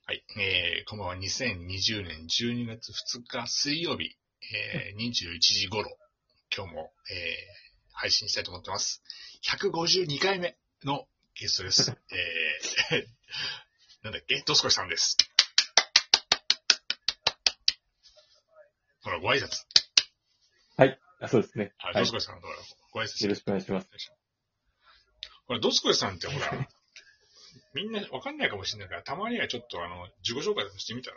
はい。こんばんは。2020年12月2日水曜日、21時頃、今日も、配信したいと思ってます。152回目のゲストです。なんだっけドスコイさんです。ほら、ご挨拶。 はい。そうですね。 ドスコイさん、ご挨拶。 よろしくお願いします。 ほら、ドスコイさんってほら、みんなわかんないかもしれないから、たまにはちょっと自己紹介してみたら。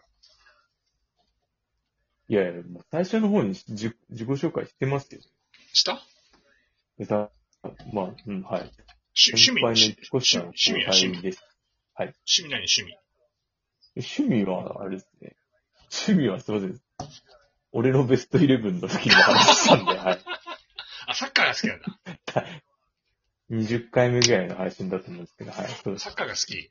いやいや、もう最初の方に自己紹介してますよ。 したまあ、うん、はい。 趣味はい。 趣味何趣味は、あれですね。趣味はすいません。俺のベストイレブンの時にも話したんで、はい。 サッカーが好きなんだ。 20回目ぐらいの配信だと思うんですけど、はい。そうです。 サッカーが好き。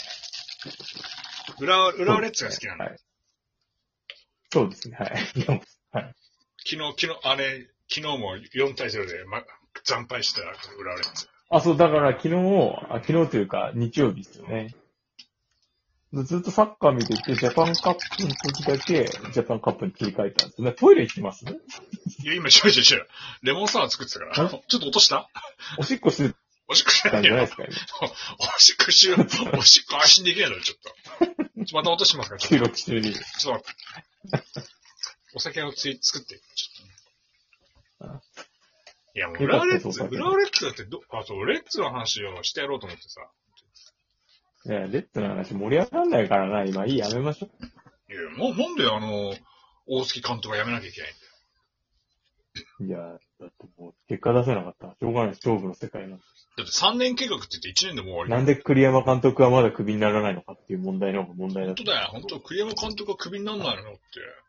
浦和レッズが好きなんだ。はい。 そうですね、はい。はい。 昨日も4対0で、惨敗した浦和レッズ。 そう、だから昨日というか日曜日ですよね。ずっとサッカー見てて、ジャパンカップの時だけ、ジャパンカップに切り替えたんですよ。トイレ行きますね。 いや、今、違う。レモンサワー作ってたから。ちょっと落としたおしっこしてたんじゃないですか、今。 おしっこ安心できないのちょっと。また落としますから、 収録中に。 ちょっと待って。お酒を作って、ちょっとね。いや、もう浦和レッズだってレッズの話をしてやろうと思ってさ。 いや、レッツの話盛り上がんないからな、今。やめましょう。いや、なんで大月監督が辞めなきゃいけないんだよ。いや、だってもう、結果出せなかったらしょうがない、勝負の世界なんだ。 だって3年計画って言って1年でもう終わりなんで栗山監督はまだクビにならないのかっていう問題の方が問題だ。 本当だよ、本当栗山監督はクビにならないのって。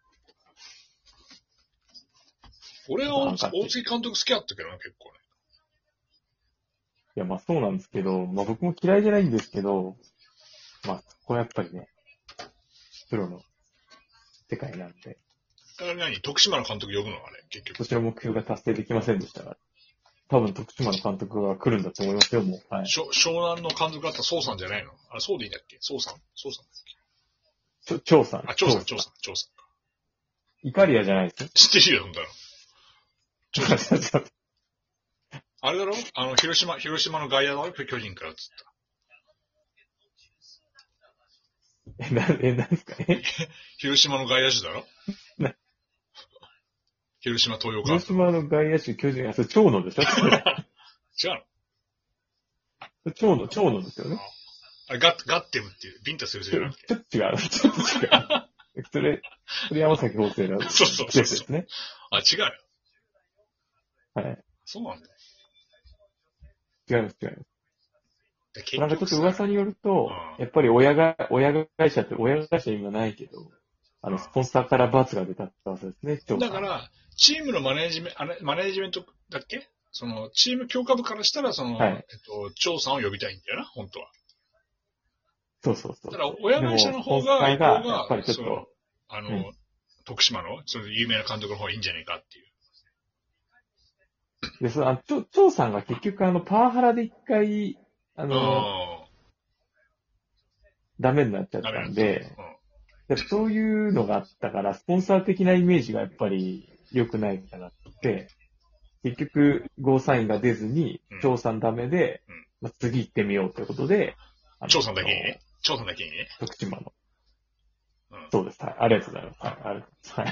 俺は大月監督好きだったけどな、結構ね。 いや、そうなんですけど、僕も嫌いじゃないんですけど、そこはやっぱりね、プロの世界なんで。 だから徳島の監督呼ぶのはね、結局。 そちら目標が達成できませんでしたから。多分徳島の監督が来るんだと思いますよ、もう。はい。 湘南の監督だったら宋さんじゃないの？そうでいいんだっけ？宋さんだっけ？張さん。 張さん。 イカリアじゃないですよ。 知ってるよ、ほんだろ。あれだろ？広島の外野だろ？巨人からっつった。 なんですかね？ 広島の外野手だろ？広島東洋広島の外野手、巨人、それ長野でしょ？ 違うの？長野ですよね。 ガッテムっていう、ビンタする人じゃなくて。 ちょっと違う。それ山崎法政のそうですね。 違うよ。 はい。 そうなんだよ。 違います。なんかちょっと噂によると、やっぱり親会社今ないけど、スポンサーから罰が出たって噂ですね。 だから、チームのマネージメントだっけ？チーム強化部からしたら、張さんを呼びたいんだよな、本当は。 そう。 だから、親会社の方が、 やっぱりちょっと、 徳島の、有名な監督の方がいいんじゃないかっていう。 で、張さんが結局パワハラで一回、ダメになっちゃったんで、そういうのがあったから、スポンサー的なイメージがやっぱり良くないからって、結局、ゴーサインが出ずに、張さんダメで、次行ってみようってことで、 張さんだけにね。 徳島の。そうです。はい。ありがとうございます。はい。ありがとうございます。はい。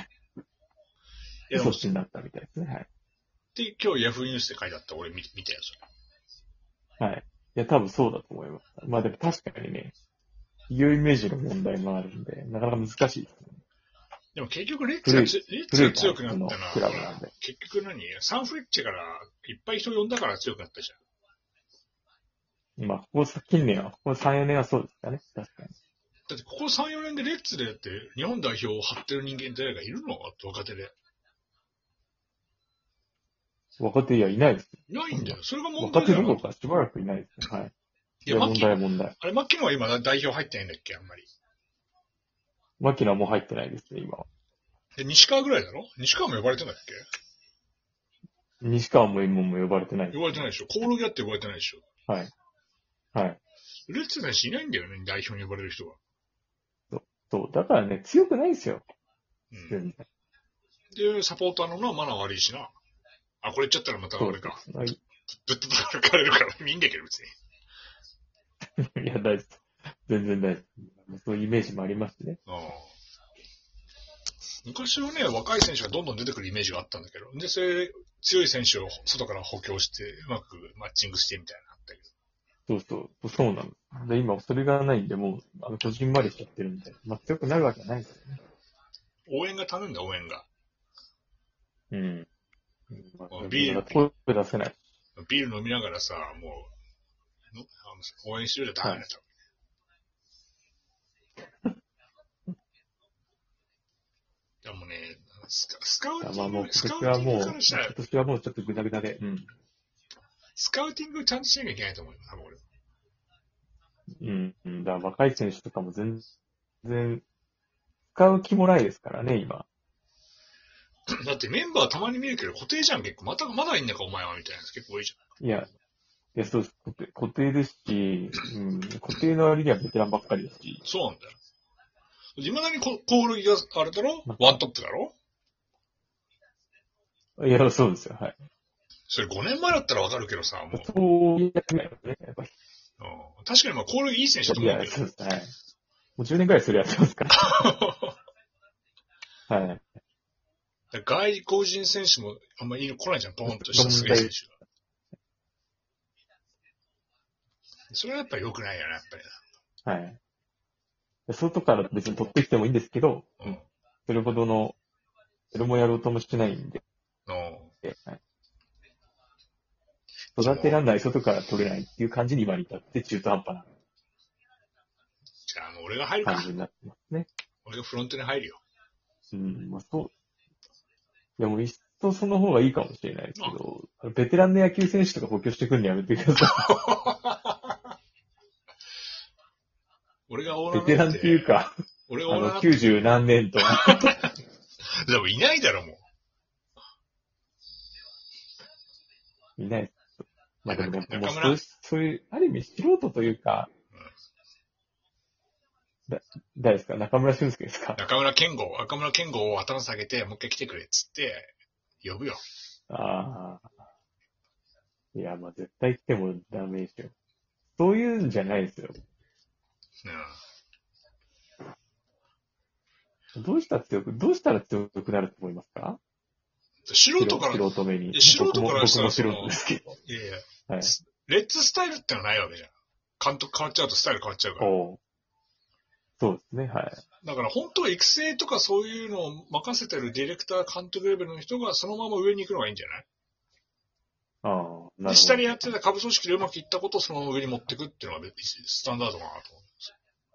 そっちになったみたいですね。はい。 で、今日ヤフーニュースで書いてあった俺見たよ、 それ。はい。いや、多分そうだと思います。でも確かにね、企業イメージの問題もあるんで、なかなか難しいですね。 でも結局レッツが強くなったのは、結局サンフレッチェからいっぱい人呼んだから強くなったじゃん。 ここ近年は、ここ3、4年はそうですかね。確かに。 だってここ3、4年でレッツでって日本代表を張ってる人間誰かいるの？若手で。 若手いないです。 いないんだよ。それが問題だよ。 若手どころかしばらくいないですね。はい。 いや、問題。 あれ、牧野は今代表入ってないんだっけ、あんまり。 牧野はもう入ってないですね、今は。 西川ぐらいだろ？西川も呼ばれてないっけ？ 西川も今も呼ばれてない。 呼ばれてないでしょ。コオロギだって呼ばれてないでしょ。 はい。 レッツ選手いないんだよね、代表に呼ばれる人が。 そう。だからね、強くないんですよ。 うん。 全然。 で、サポーターのまだ悪いしな。あ、これ言っちゃったらまたあれか。 はい。 ぶったたかれるからいいんだけど、別に。 いや、大丈夫。全然大丈夫。そういうイメージもありますね。 ああ。昔はね、若い選手がどんどん出てくるイメージがあったんだけど、で、それ、強い選手を外から補強して、うまくマッチングしてみたいなのあったけど。 そうなの。で、今、それがないんで、もう、こじんまりしちゃってるんで、強くなるわけないですよね。 応援が頼んだ、応援が。 うん。 ビール、 声出せない。 ビール飲みながらさ、もう、応援してるじゃダメだと。でもね、スカウティング、 もうスカウ今ティングからしたら、 年はもうちょっとグダグダで、うん。 スカウティングちゃんとしなきゃいけないと思うよ、多分俺。 うん。だから若い選手とかも全然、使う気もないですからね、今。 だってメンバーたまに見るけど固定じゃん、結構。まだいいんだか、お前は、みたいなやつ結構多いじいや、そうです。固定ですし、固定の割にはベテランばっかりだし。 ゃん。そうなんだよ。いまだにコオロギがあれだろ、ワントップだろ。 いや、そうですよ、はい。 それ5年前だったらわかるけどさ、もう。 そういうやつだよね、やっぱり。 確かにコオロギいい選手だと思うけど。 そうです、はい。もう10年くらいそれやってますから。はい。 外国人選手もあんまり来ないじゃん、ポンとしたすげえ選手が。それはやっぱり良くないよね、やっぱり。 はい。外から別に取ってきてもいいんですけど、それほどの、それもやろうともしてないんで。はい、育てらんない外から取れないっていう感じに今に至って中途半端なじゃあもう俺が入るか。 感じになってますね。 俺がフロントに入るよ。 そう。いやもう一層その方がいいかもしれないですけど、ベテランの野球選手とか補強してくるのやめてください。 俺がオーナーベテランっていうか、 俺がオーナー 90何年と。 でもいないだろ、もう。いないです。まあでもね、もうそういう、ある意味素人というか、誰ですか？中村俊輔ですか？ 中村健吾を頭下げて、もう一回来てくれっつって、呼ぶよ。 ああ。いや、絶対来てもダメですよ。そういうんじゃないですよ。どうしたら強くなると思いますか？ 素人からしたら僕も素人ですけど。 いやいや、はい、レッツスタイルってのはないわけじゃん。監督変わっちゃうとスタイル変わっちゃうから。 そうですね、はい。 だから本当は育成とかそういうのを任せてるディレクター、監督レベルの人がそのまま上に行くのがいいんじゃない？なるほど。下でやってた下部組織でうまくいったことをそのまま上に持っていくっていうのがスタンダードかなと思うんですよ。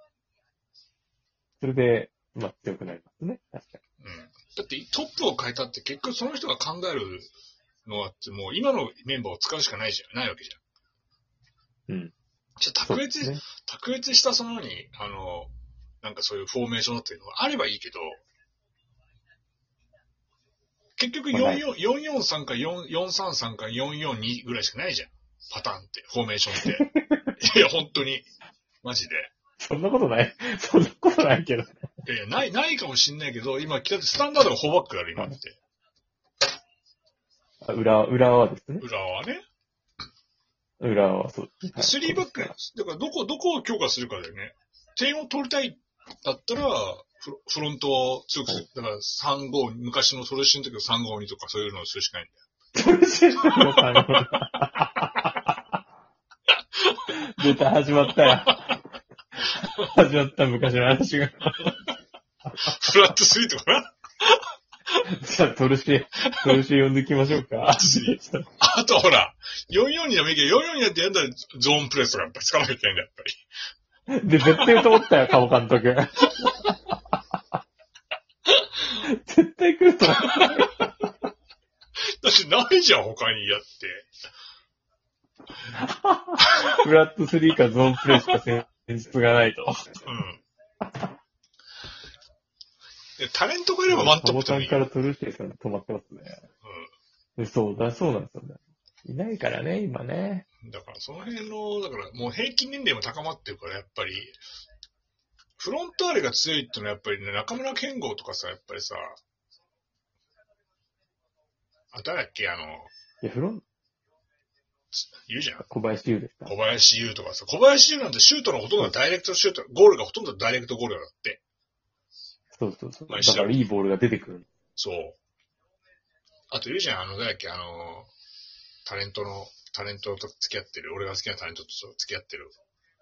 それで、強くなりますね。確かに。 だってトップを変えたって結局その人が考えるのはってもう今のメンバーを使うしかないわけじゃん。じゃあ卓越したそのに、なんかそういうフォーメーションっていうのがあればいいけど、結局443か433か442ぐらいしかないじゃん。パターンって、フォーメーションって。いや、本当に。マジで。 そんなことないけど。 いや、ないかもしんないけど、今、スタンダードが4バックやる、今って。 浦和ですね。 浦和ね。 浦和はそうです。3バックなんです。だから、どこを強化するかだよね。点を取りたいだったら、フロントを強くする。だから3-5、昔のソルシュの時は3-5-2とかそういうのをするしかないんだよ。ソルシュの3-5。 出た、始まったよ。始まった、昔の話が。 フラット3とかな。 じゃあ、トルシー呼んでいきましょうか。 あとほら、4-4-2でもいいけど、4-4-2ってやったらゾーンプレスとかやっぱり使わなきゃいけないんだよ、やっぱり。 で、絶対と思ったよ、鴨監督。絶対来ると思った。 だし、ないじゃん、他にやって。 フラット3かゾーンプレスか戦術がないと。 タレントがいればワントップでもいい。 鴨さんからトルシエさん止まってますね。そうなんですよね。いないからね、今ね。 だからその辺の、だからもう平均年齢も高まってるから、やっぱり、 フロンターレが強いってのはやっぱりね、中村健吾とかさ、やっぱりさ、誰だっけいや、 言うじゃん。 小林優ですか。 小林優とかさ、小林優なんてシュートのほとんどがダイレクトシュート、ゴールがほとんどダイレクトゴールだって。 そう。だからいいボールが出てくる。 そう。あと言うじゃん、誰だっけ、タレントと付き合ってる、俺が好きなタレントと付き合ってる。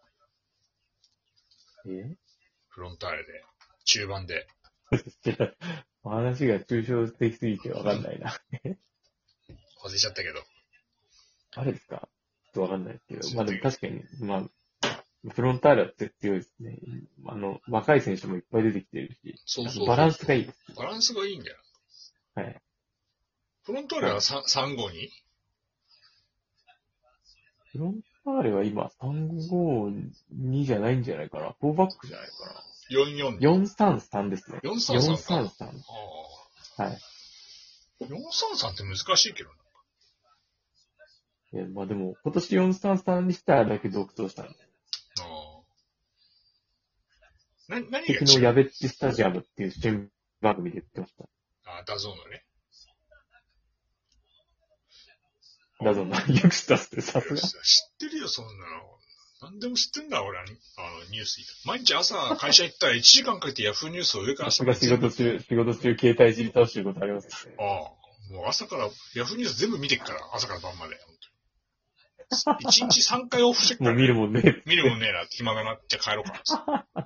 フロンターレで、中盤で。 話が抽象的すぎてわかんないな。 忘れちゃったけど。 あれですかちょっとわかんないですけど。まあでも確かに、フロンターレは強いですね。若い選手もいっぱい出てきてるし。 そう。 バランスがいいです。 バランスがいいんだよ。 はい。 フロンターレは3-5-2？ フロンターレは今3-5-2じゃないんじゃないかな。4バックじゃないかな。 4-4。 4-3-3ですね。 4-3-3。 はい。 4-3-3って難しいけどな。まあでも、今年4-3-3にしたらだけ独走したんで。 何が昨日ヤベッチスタジアムっていう新番組で言ってました。 ダゾーンのね。 ダゾーンのよく知ったっすね、さすが。 知ってるよ、そんなの。何でも知ってんだ、俺は。ニュース。毎日朝会社行ったら1時間かけてヤフーニュースを上から下まで。仕事中、携帯いじり倒してることありますね。 もう朝から、ヤフーニュース全部見てっから、朝から晩まで。1日3回オフしてっから、 もう見るもんねえ。 見るもんねえな、暇だなって帰ろうかな。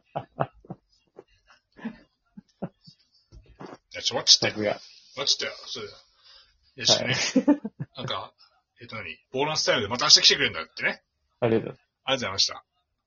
待ちって。待ちってよ、それだ。よしね。なんか、ボーナスタイムでまた明日来てくれるんだってね。 ありがとうございます。 ありがとうございました。